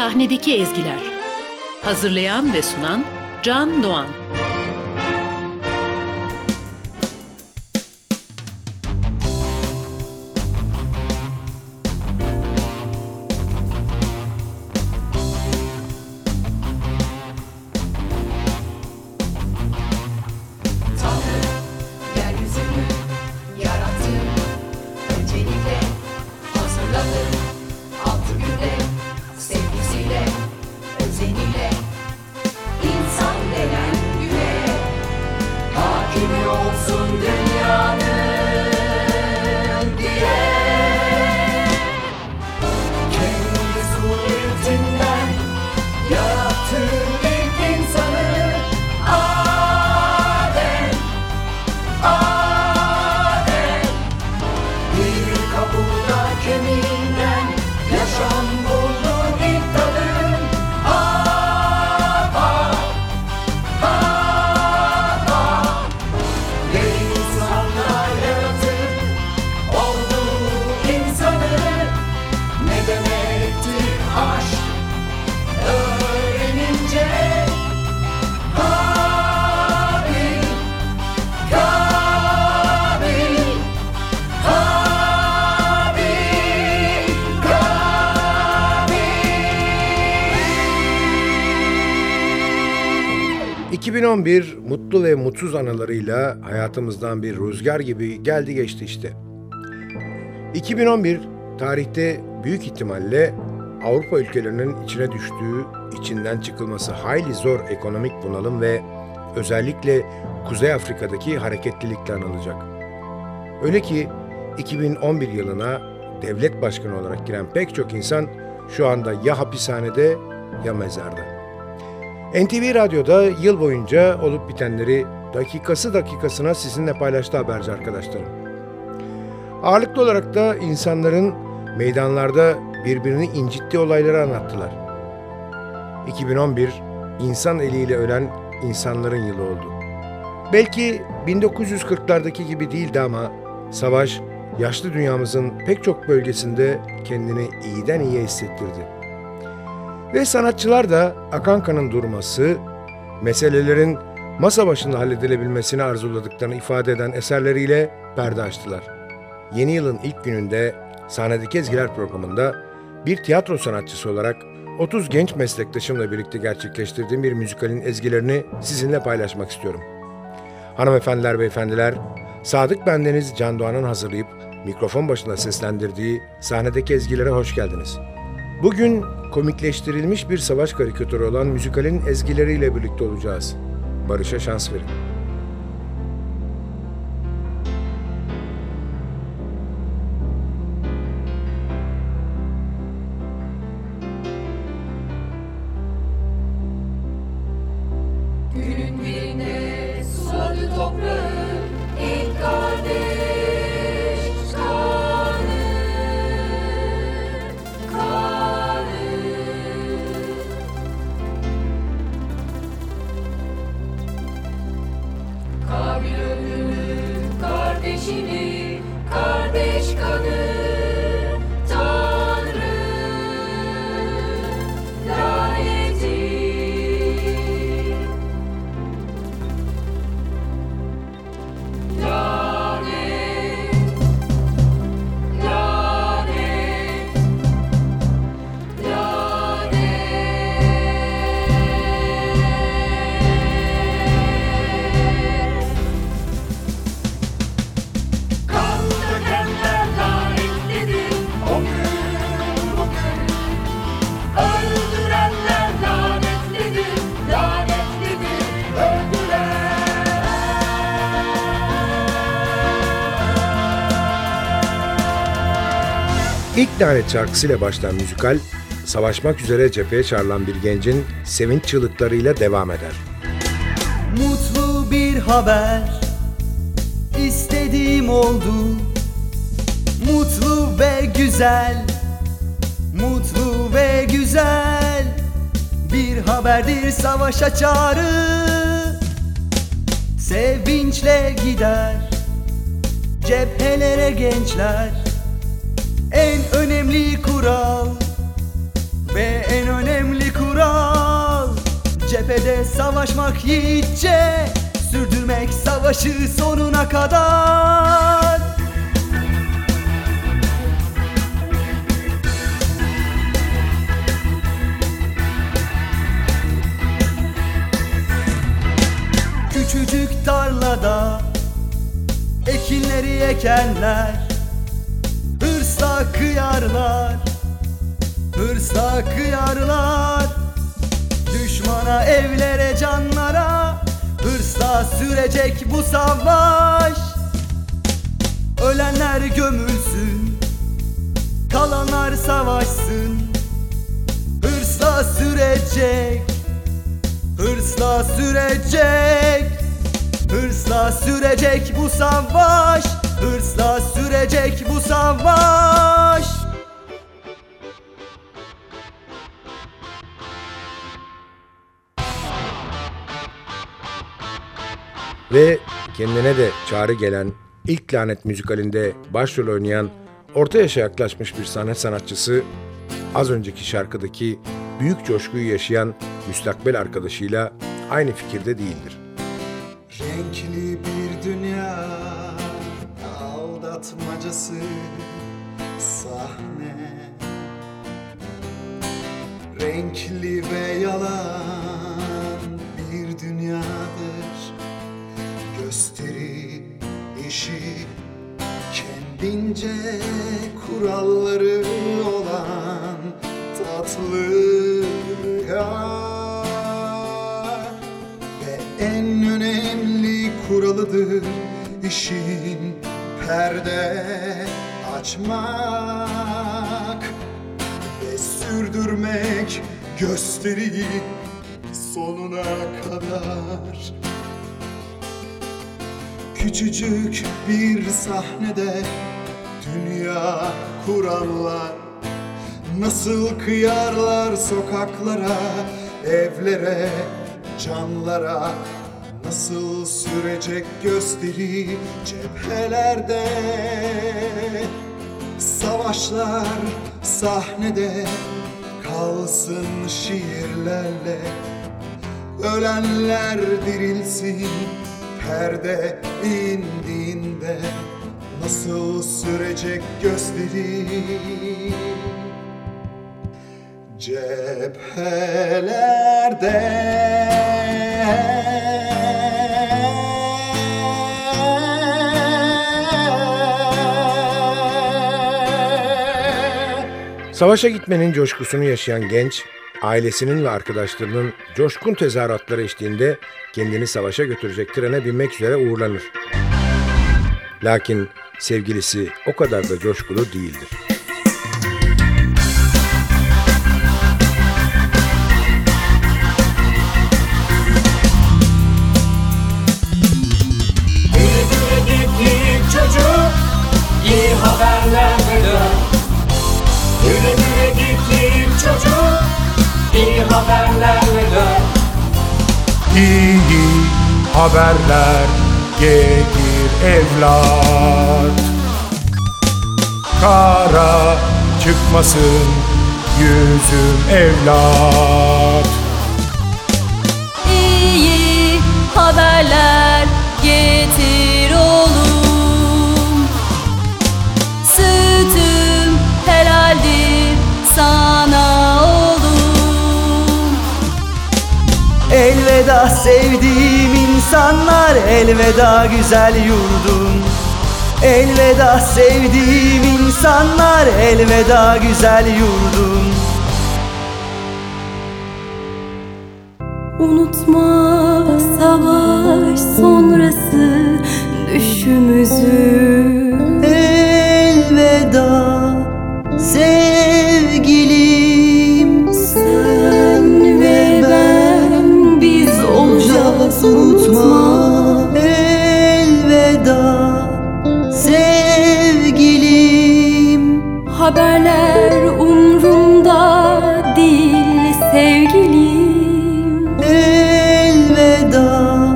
Sahnedeki Ezgiler. Hazırlayan ve sunan Can Doğan. ...2011 mutlu ve mutsuz anılarıyla hayatımızdan bir rüzgar gibi geldi geçti işte. 2011 tarihte büyük ihtimalle Avrupa ülkelerinin içine düştüğü, içinden çıkılması hayli zor ekonomik bunalım ve özellikle Kuzey Afrika'daki hareketlilikle anılacak. Öyle ki 2011 yılına devlet başkanı olarak giren pek çok insan şu anda ya hapishanede ya mezarda. NTV Radyo'da yıl boyunca olup bitenleri dakikası dakikasına sizinle paylaştı haberci arkadaşlarım. Ağırlıklı olarak da insanların meydanlarda birbirini incittiği olayları anlattılar. 2011, insan eliyle ölen insanların yılı oldu. Belki 1940'lardaki gibi değildi ama savaş, yaşlı dünyamızın pek çok bölgesinde kendini iyiden iyiye hissettirdi. Ve sanatçılar da akan kanın durması, meselelerin masa başında halledilebilmesini arzuladıklarını ifade eden eserleriyle perde açtılar. Yeni yılın ilk gününde Sahnedeki Ezgiler programında bir tiyatro sanatçısı olarak 30 genç meslektaşımla birlikte gerçekleştirdiğim bir müzikalin ezgilerini sizinle paylaşmak istiyorum. Hanımefendiler, beyefendiler, Sadık bendeniz Can Doğan'ın hazırlayıp mikrofon başında seslendirdiği Sahnedeki Ezgilere hoş geldiniz. Bugün komikleştirilmiş bir savaş karikatürü olan müzikalin ezgileriyle birlikte olacağız. Barış'a şans verin. Günün birinde suladı toprağı ilk kardeş kardeşini, kardeş kanı, Tanrı laneti. Lanet, lanet, lanet. Öldürenler lanetlidir, lanetlidir, öldüren. İlk lanet şarkısıyla başlayan müzikal, savaşmak üzere cepheye çağrılan bir gencin sevinç çığlıklarıyla devam eder. Mutlu bir haber istediğim oldu. Mutlu ve güzel, mutlu ve güzel bir haberdir savaşa çağrı. Sevinçle gider cephelere gençler. En önemli kural Ve en önemli kural, cephede savaşmak yiğitçe, sürdürmek savaşı sonuna kadar. Küçücük tarlada ekinleri ekenler hırsla kıyarlar, hırsla kıyarlar. Düşmana, evlere, canlara hırsla sürecek bu savaş. Ölenler gömülsün, kalanlar savaşsın. Hırsla sürecek, hırsla sürecek, hırsla sürecek bu savaş, hırsla sürecek bu savaş. Ve kendine de çağrı gelen ilk Lanet müzikalinde başrol oynayan orta yaşa yaklaşmış bir sahne sanatçısı, az önceki şarkıdaki büyük coşkuyu yaşayan müstakbel arkadaşıyla aynı fikirde değildir. Renkli bir dünya aldatmacası sahne, renkli ve yalan bir dünyadır. Gösteri işi, kendince kuralları olan tatlı rüya. Ve en önemli kuralıdır işin perde açmak ve sürdürmek gösteriyi sonuna kadar. Küçücük bir sahnede dünya kuranlar nasıl kıyarlar sokaklara, evlere, canlara. Nasıl sürecek gösteri cephelerde, savaşlar sahnede kalsın şiirlerle. Ölenler dirilsin perde indiğinde, nasıl sürecek gösteri cephelerde. Savaşa gitmenin coşkusunu yaşayan genç, ailesinin ve arkadaşlarının coşkun tezahüratları eşliğinde kendini savaşa götürecek trene binmek üzere uğurlanır. Lakin sevgilisi o kadar da coşkulu değildir. Çocuk, iyi haberlerle dön. Güle güle gittik çocuk, iyi haberlerle dön. İyi haberler getir evlat. Kara çıkmasın yüzüm evlat. İyi haberler getir oğlum. Sütüm helaldir sana oğlum. Elveda sevdiğim insanlar, elveda güzel yurdum. Elveda sevdiğim insanlar, elveda güzel yurdum. Unutma savaş sonrası düşümüzü. Elveda sevgilim, Sen ve ben biz olacağız, unutma. elveda sevgilim. Haberler umrumda değil sevgilim. Elveda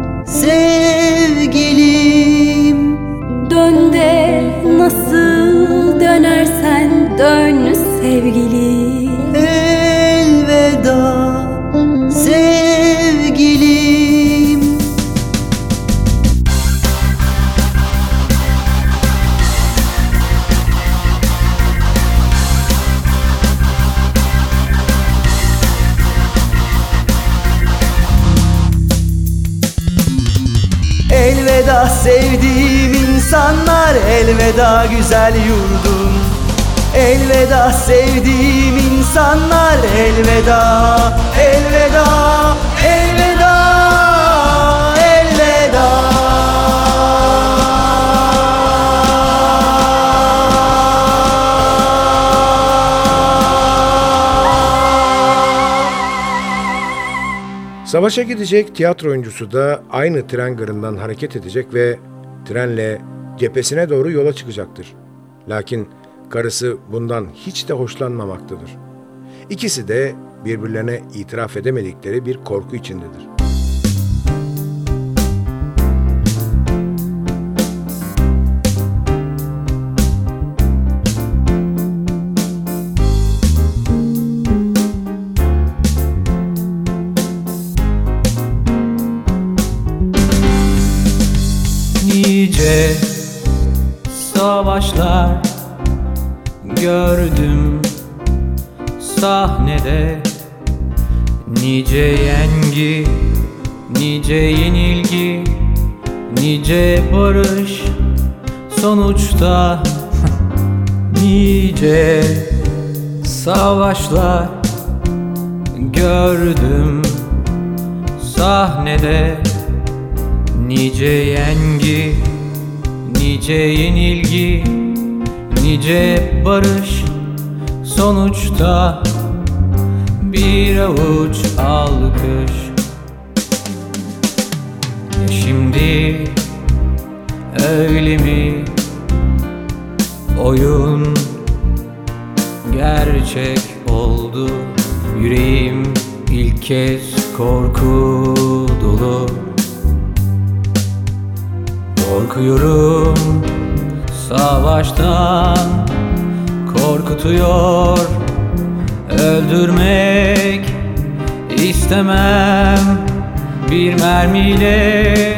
sevgilim. Dön de nasıl dönersen dön sevgilim. Elveda sevdiğim insanlar, elveda güzel yurdum. Elveda sevdiğim insanlar, elveda, elveda, elveda, elveda. Savaşa gidecek tiyatro oyuncusu da aynı tren garından hareket edecek ve trenle cephesine doğru yola çıkacaktır. Lakin karısı bundan hiç de hoşlanmamaktadır. İkisi de birbirlerine itiraf edemedikleri bir korku içindedir. Nice savaşlar gördüm sahnede, nice yengi, nice yenilgi, nice barış sonuçta. Nice savaşlar gördüm sahnede, nice yengi, nice yenilgi, nice barış sonuçta. Bir avuç alkış. Ya şimdi öyle mi? Oyun gerçek oldu. Yüreğim ilk kez korku dolu. Korkuyorum savaştan, korkutuyor. Öldürmek istemem, bir mermiyle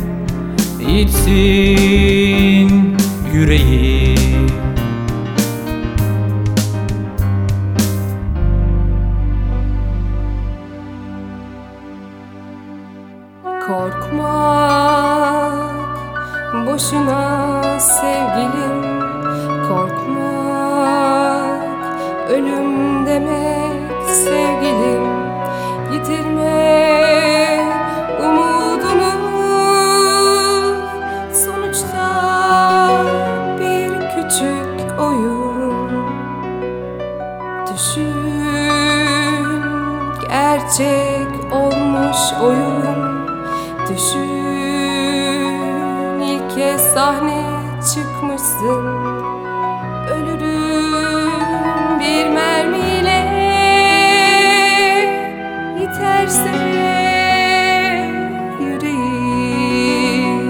itsin yüreği. Korkma boşuna sevgilim, korkmak ölüm demek sevgilim. Yitirme umudunu, sonuçta bir küçük oyun. Düşün, gerçek olmuş oyun. Düşün, ilk kez sahne çıkmışsın. Ölürüm bir mermiyle, iterse yüreğim.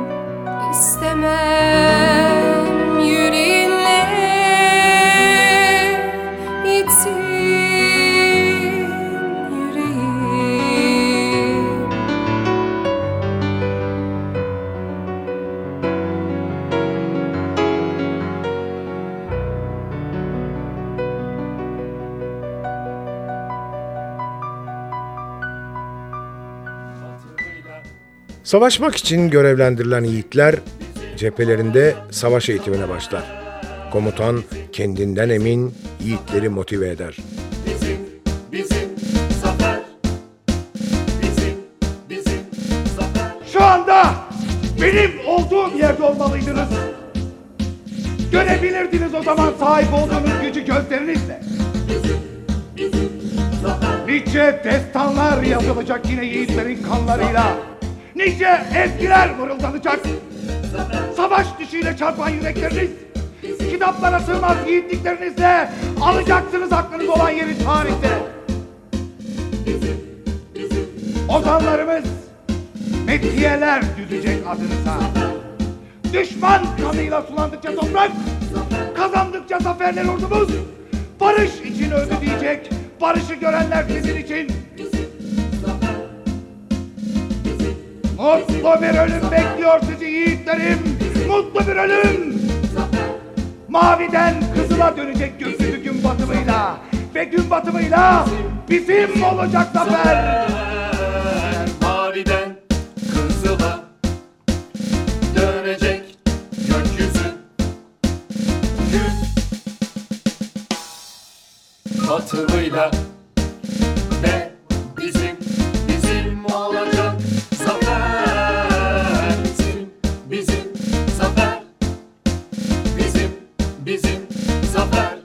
İstemem yüreğinle itsin yüreğim. Savaşmak için görevlendirilen yiğitler cephelerinde savaş eğitimine başlar. Komutan kendinden emin yiğitleri motive eder. Bizim zafer. Bizim zafer. Şu anda benim olduğum yerde olmalıydınız. Görebilirdiniz o zaman sahip olduğunuz gücü gözlerinizle. Nice destanlar yazılacak yine yiğitlerin kanlarıyla. Nice ezgiler mırıldanacak. Savaş düşüyle çarpan yürekleriniz, kitaplara sığmaz yiğitliklerinizle alacaksınız hakkınız olan yeri tarihte. Ozanlarımız metiyeler düzecek adınıza. Düşman kanıyla sulandıkça toprak, kazandıkça zaferler ordumuz. Barış için öldü diyecek, barışı görenler sizin için. Mutlu bir ölüm bekliyor sizi yiğitlerim, mutlu bir ölüm. Maviden kızıla dönecek gökyüzü gün batımıyla ve gün batımıyla bizim olacak zafer. Maviden kızıla batımıyla. Ve bizim olacak zafer. Bizim zafer. Bizim zafer.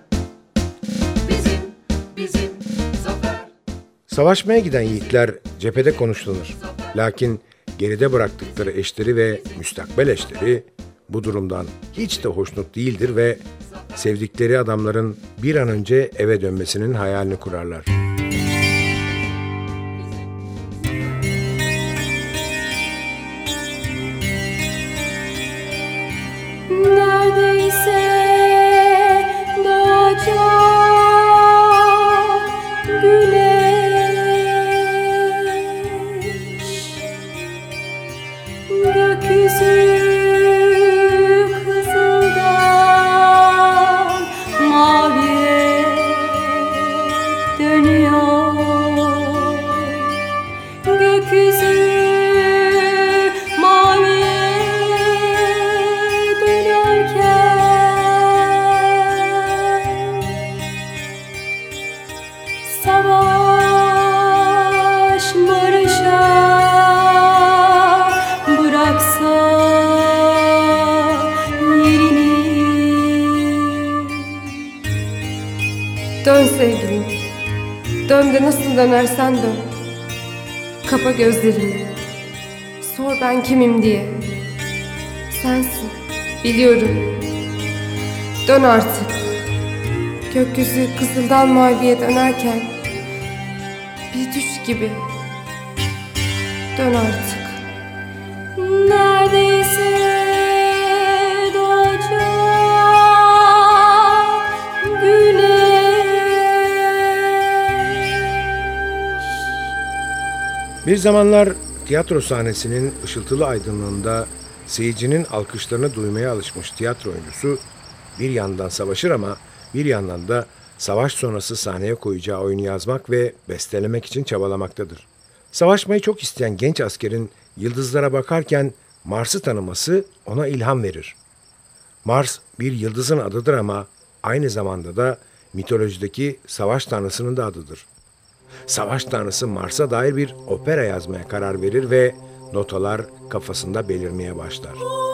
Bizim zafer. Savaşmaya giden yiğitler cephede konuşlanır. Lakin geride bıraktıkları eşleri ve müstakbel eşleri bu durumdan hiç de hoşnut değildir ve sevdikleri adamların bir an önce eve dönmesinin hayalini kurarlar. Neredeyse doğacak güneş, gökyüzü kızıldan maviye dönüyor. Gökyüzü maviye dönerken savaş barışa bıraksa yerini. Dön sevgilim, dön de nasıl dönersen dön. Kapa gözlerini, sor ben kimim diye. Sensin, biliyorum. Dön artık. Gökyüzü kızıldan maviye dönerken bir düş gibi. Dön artık. Neredeyse doğacak güneş. Bir zamanlar tiyatro sahnesinin ışıltılı aydınlığında seyircinin alkışlarını duymaya alışmış tiyatro oyuncusu bir yandan savaşır ama bir yandan da savaş sonrası sahneye koyacağı oyunu yazmak ve bestelemek için çabalamaktadır. Savaşmayı çok isteyen genç askerin yıldızlara bakarken Mars'ı tanıması ona ilham verir. Mars bir yıldızın adıdır ama aynı zamanda da mitolojideki savaş tanrısının da adıdır. Savaş tanrısı Mars'a dair bir opera yazmaya karar verir ve notalar kafasında belirmeye başlar.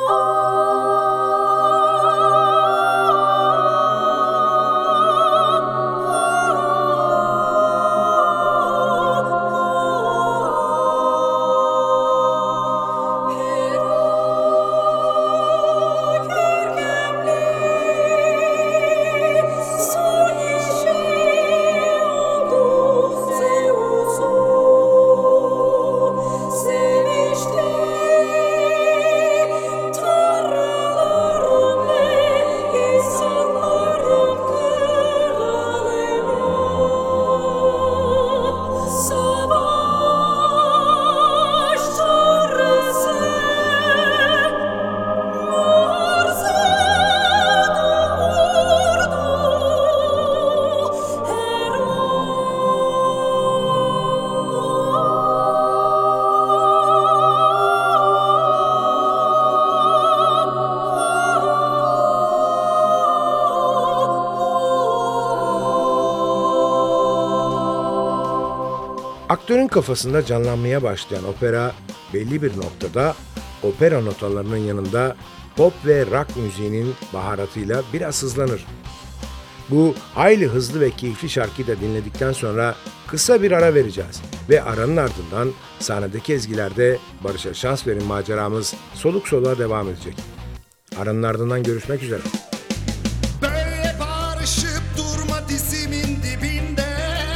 Aktörün kafasında canlanmaya başlayan opera belli bir noktada opera notalarının yanında pop ve rock müziğinin baharatıyla biraz hızlanır. Bu hayli hızlı ve keyifli şarkıyı da dinledikten sonra kısa bir ara vereceğiz ve aranın ardından sahnedeki ezgilerde Barış'a şans verin maceramız soluk soluğa devam edecek. Aranın ardından görüşmek üzere. Böyle barışıp durma dizimin dibinde.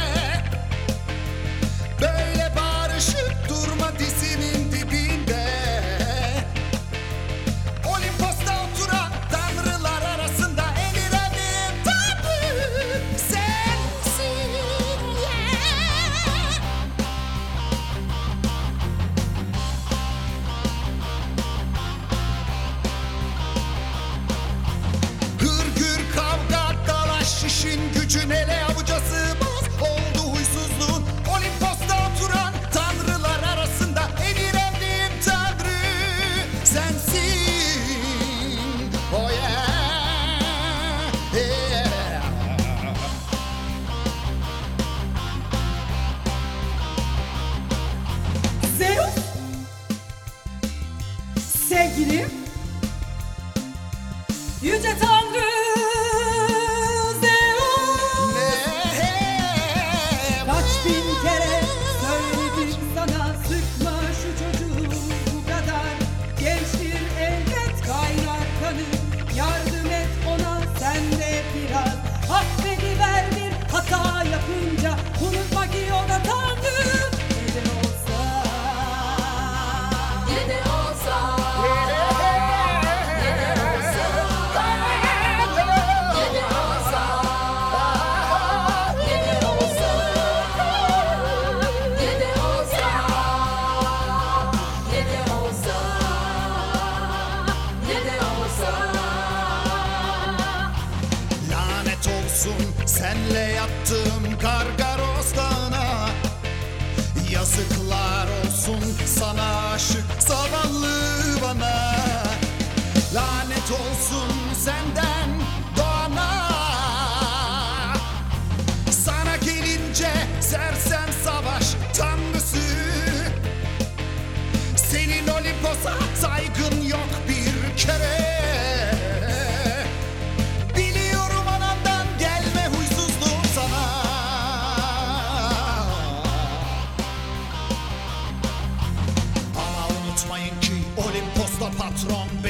Böyle barışıp durma dizimin dibinde. Olimpos'ta oturan tanrılar arasında eğlenim Tanrı sensin Yüce Tanrı Zeus. Kaç bin kere söyledim sana, sıkma şu çocuğu bu kadar. Gençtir elbet, kaynar kanı, yardım et ona sen de biraz. Affediver bir hata yapınca, unutma ki o da Tanrı. Ne de olsa, ne de olsa, ne de olsa, ne de olsa, ne de olsa, ne de olsa, ne de olsa, ne de olsa. Lanet olsun senle yattığım Gargaros Dağı'na. Yazıklar olsun sana aşık zavallı bana. Lanet olsun senden doğana. Sana gelince sersem savaş tanrısı. Senin Olimpos'a saygın yok bir kere. Biliyorum anandan gelme huysuzluğum sana. Ama unutmayın ki Olimpos'ta patron